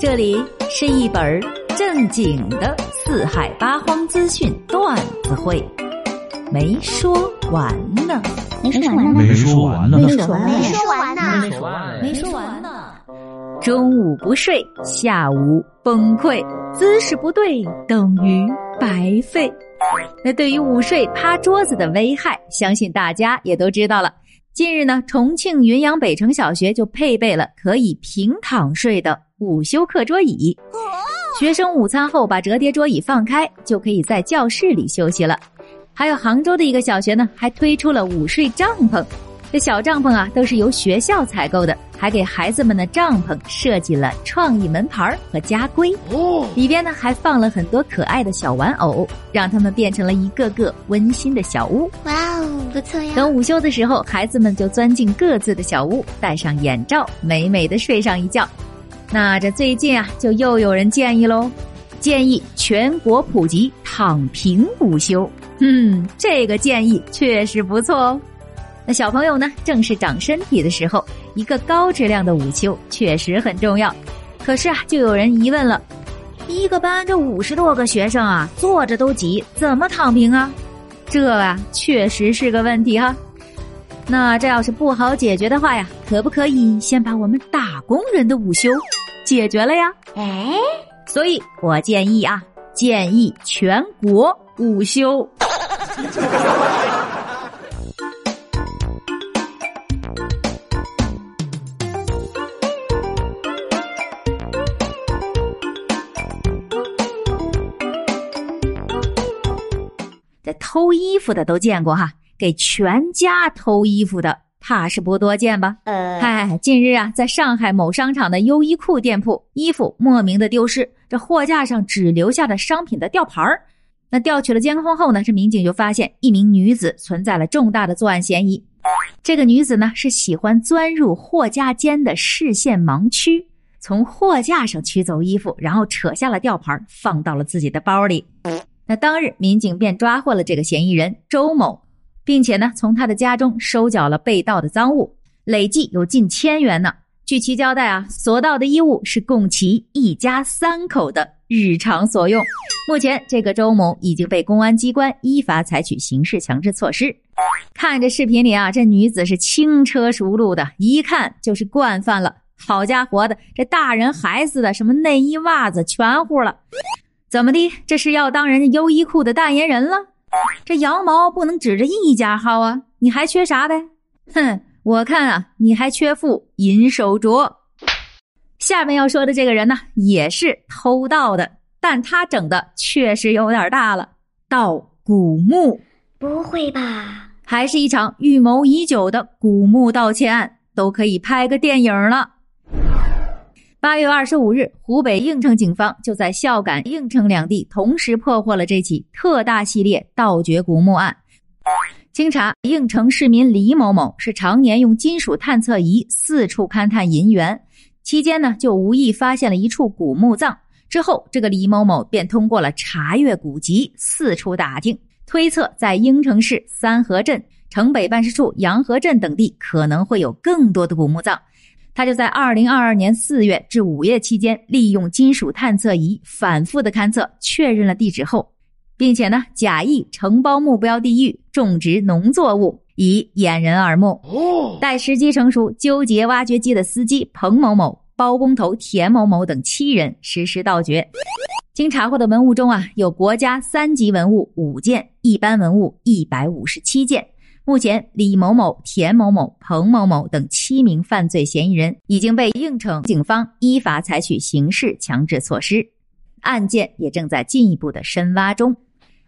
这里是一本正经的四海八荒资讯段子会，没说完呢。中午不睡，下午崩溃，姿势不对等于白费。那对于午睡趴桌子的危害，相信大家也都知道了。近日呢，重庆云阳北城小学就配备了可以平躺睡的午休课桌椅，学生午餐后把折叠桌椅放开，就可以在教室里休息了。还有杭州的一个小学呢，还推出了午睡帐篷。这小帐篷啊，都是由学校采购的，还给孩子们的帐篷设计了创意门牌和家规，里边呢还放了很多可爱的小玩偶，让他们变成了一个个温馨的小屋。 哇哦，不错呀！ 等午休的时候，孩子们就钻进各自的小屋，戴上眼罩，美美的睡上一觉。那这最近啊，就又有人建议喽，建议全国普及躺平午休。这个建议确实不错哦。那小朋友呢，正是长身体的时候，一个高质量的午休确实很重要。可是啊，就有人疑问了，一个班这50多个学生啊，坐着都挤，怎么躺平啊？这啊，确实是个问题哈。那这要是不好解决的话呀，可不可以先把我们打工人的午休解决了呀？所以我建议全国午休。这偷衣服的都见过哈，给全家偷衣服的怕是不多见吧？近日啊，在上海某商场的优衣库店铺，衣服莫名的丢失，这货架上只留下了商品的吊牌。那调取了监控后呢，这民警就发现一名女子存在了重大的作案嫌疑。这个女子呢，是喜欢钻入货架间的视线盲区，从货架上取走衣服，然后扯下了吊牌，放到了自己的包里。那当日民警便抓获了这个嫌疑人周某，并且呢，从他的家中收缴了被盗的赃物，累计有近1000元呢。据其交代啊，所盗的衣物是供其一家3口的日常所用。目前这个周某已经被公安机关依法采取刑事强制措施。看着视频里啊，这女子是轻车熟路的，一看就是惯犯了。好家伙的，这大人孩子的什么内衣袜子全乎了。怎么的，这是要当人家优衣库的代言人了？这羊毛不能指着一家薅啊，你还缺啥呗？我看啊，你还缺副银手镯。下面要说的这个人呢，也是偷盗的，但他整的确实有点大了，盗古墓。 不会吧？ 还是一场预谋已久的古墓盗窃案，都可以拍个电影了。8月25日，湖北应城警方就在孝感、应城两地同时破获了这起特大系列盗掘古墓案。经查，应城市民李某某是常年用金属探测仪四处勘探银元，期间呢，就无意发现了一处古墓葬。之后，这个李某某便通过了查阅古籍，四处打听，推测在应城市三河镇、城北办事处洋河镇等地可能会有更多的古墓葬。他就在2022年4月至5月期间，利用金属探测仪反复的勘测，确认了地址后，并且呢，假意承包目标地域种植农作物，以掩人耳目。待时机成熟，纠结挖掘机的司机彭某某、包工头田某某等7人实施盗掘。经查获的文物中啊，有国家3级文物5件，一般文物157件。目前，李某某、田某某、彭某某等7名犯罪嫌疑人已经被应城警方依法采取刑事强制措施，案件也正在进一步的深挖中。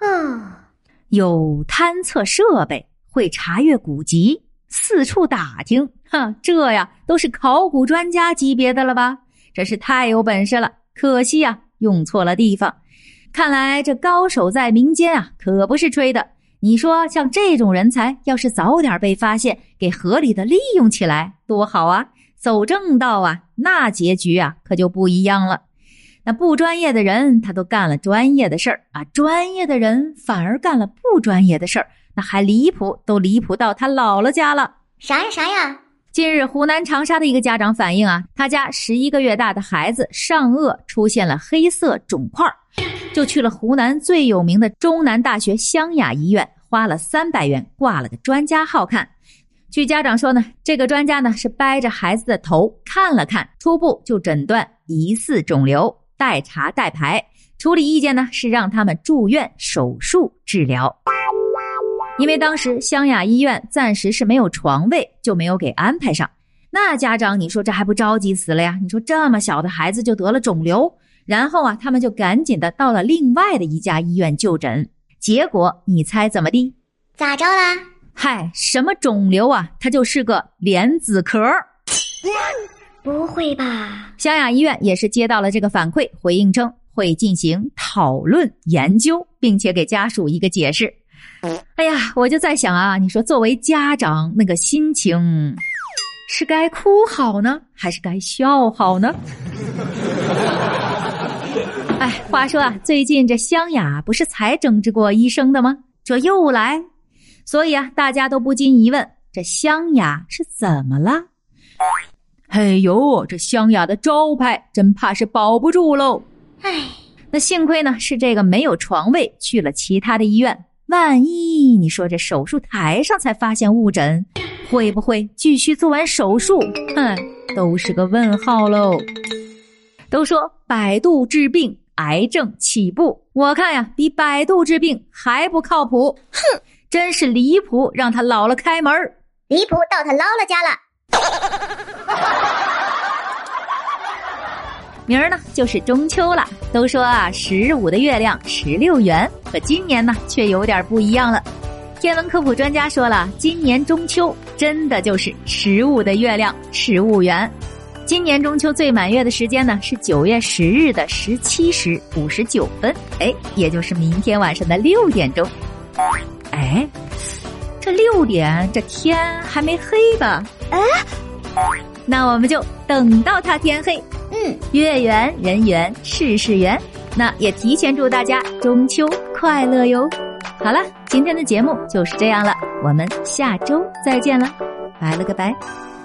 有探测设备，会查阅古籍，四处打听，这呀都是考古专家级别的了吧？真是太有本事了，可惜啊，用错了地方。看来这高手在民间啊，可不是吹的。你说像这种人才，要是早点被发现，给合理的利用起来，多好啊！走正道啊，那结局啊可就不一样了。那不专业的人他都干了专业的事儿啊，专业的人反而干了不专业的事儿，那还离谱，都离谱到他姥姥家了。 啥呀？ 近日湖南长沙的一个家长反映啊，他家11个月大的孩子上颚出现了黑色肿块，就去了湖南最有名的中南大学湘雅医院，花了300元挂了个专家号看。据家长说呢，这个专家呢是掰着孩子的头看了看，初步就诊断疑似肿瘤，待查待排。处理意见呢是让他们住院手术治疗。因为当时湘雅医院暂时是没有床位，就没有给安排上。那家长你说这还不着急死了呀？你说这么小的孩子就得了肿瘤，然后啊他们就赶紧的到了另外的一家医院就诊。结果你猜怎么地？ 咋着啦？ 嗨，什么肿瘤啊，它就是个莲子壳。 不会吧？ 湘雅医院也是接到了这个反馈，回应称会进行讨论研究，并且给家属一个解释。哎呀，我就在想啊，你说作为家长那个心情是该哭好呢，还是该笑好呢？哎，话说啊，最近这湘雅不是才整治过医生的吗？这又来，所以啊，大家都不禁疑问，这湘雅是怎么了？哎呦，这湘雅的招牌真怕是保不住喽。 哎， 那幸亏呢是这个没有床位，去了其他的医院。万一你说这手术台上才发现误诊，会不会继续做完手术？都是个问号喽。都说百度治病，癌症起步，我看呀，比百度治病还不靠谱。哼，真是离谱，让他姥姥开门。 离谱到他姥姥家了。 明儿呢就是中秋了，都说啊15的月亮16圆，可今年呢却有点不一样了。天文科普专家说了，今年中秋真的就是15的月亮15圆。今年中秋最满月的时间呢是9月10日的17时59分，也就是明天晚上的6点钟。这6点这天还没黑吧？那我们就等到它天黑。月圆人圆事事圆，那也提前祝大家中秋快乐哟。好了，今天的节目就是这样了，我们下周再见了，拜了个拜。